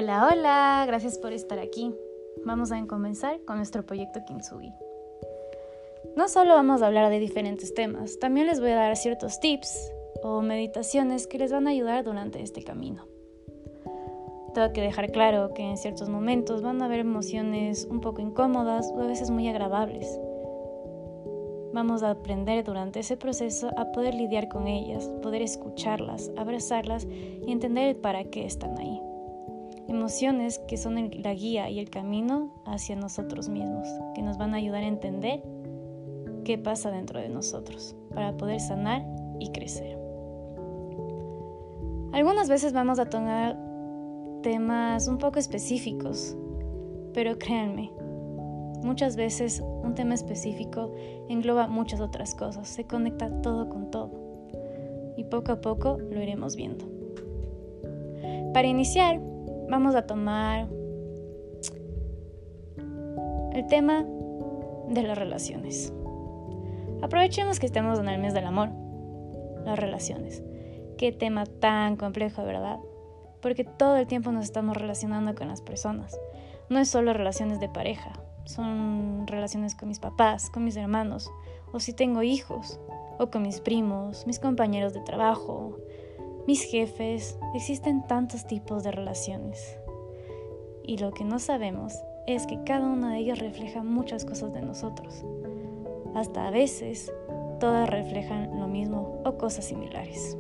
Hola, hola, gracias por estar aquí. Vamos a comenzar con nuestro proyecto Kintsugi. No solo vamos a hablar de diferentes temas, también les voy a dar ciertos tips o meditaciones que les van a ayudar durante este camino. Tengo que dejar claro que en ciertos momentos van a haber emociones un poco incómodas o a veces muy agradables. Vamos a aprender durante ese proceso a poder lidiar con ellas, poder escucharlas, abrazarlas y entender el para qué están ahí. Emociones que son la guía y el camino hacia nosotros mismos, que nos van a ayudar a entender qué pasa dentro de nosotros, para poder sanar y crecer. Algunas veces vamos a tomar temas un poco específicos, pero créanme, muchas veces un tema específico engloba muchas otras cosas, se conecta todo con todo y poco a poco lo iremos viendo. Para iniciar, vamos a tomar el tema de las relaciones. Aprovechemos que estamos en el mes del amor, las relaciones. Qué tema tan complejo, ¿verdad? Porque todo el tiempo nos estamos relacionando con las personas. No es solo relaciones de pareja, son relaciones con mis papás, con mis hermanos, o si tengo hijos, o con mis primos, mis compañeros de trabajo, mis jefes. Existen tantos tipos de relaciones. Y lo que no sabemos es que cada uno de ellos refleja muchas cosas de nosotros. Hasta a veces, todas reflejan lo mismo o cosas similares.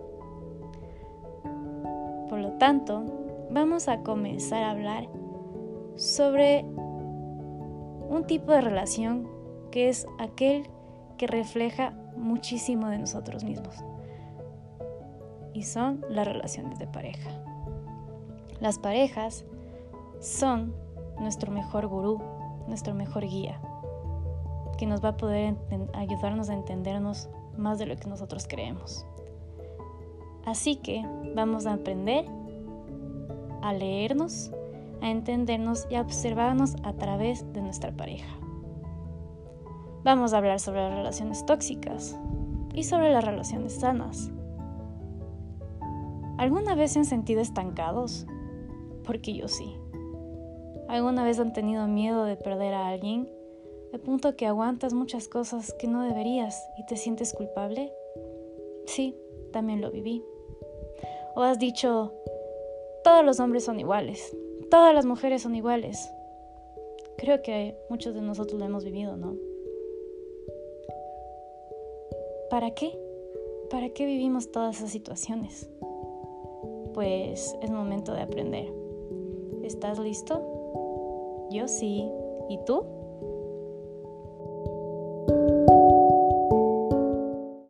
Por lo tanto, vamos a comenzar a hablar sobre un tipo de relación que es aquel que refleja muchísimo de nosotros mismos. Y son las relaciones de pareja. Las parejas son nuestro mejor gurú, nuestro mejor guía, que nos va a poder ayudarnos a entendernos más de lo que nosotros creemos. Así que vamos a aprender a leernos, a entendernos y a observarnos a través de nuestra pareja. Vamos a hablar sobre las relaciones tóxicas y sobre las relaciones sanas. ¿Alguna vez se han sentido estancados? Porque yo sí. ¿Alguna vez han tenido miedo de perder a alguien? De punto que aguantas muchas cosas que no deberías y te sientes culpable. Sí, también lo viví. O has dicho, todos los hombres son iguales, todas las mujeres son iguales. Creo que muchos de nosotros lo hemos vivido, ¿no? ¿Para qué? ¿Para qué vivimos todas esas situaciones? Pues es momento de aprender. ¿Estás listo? Yo sí. ¿Y tú?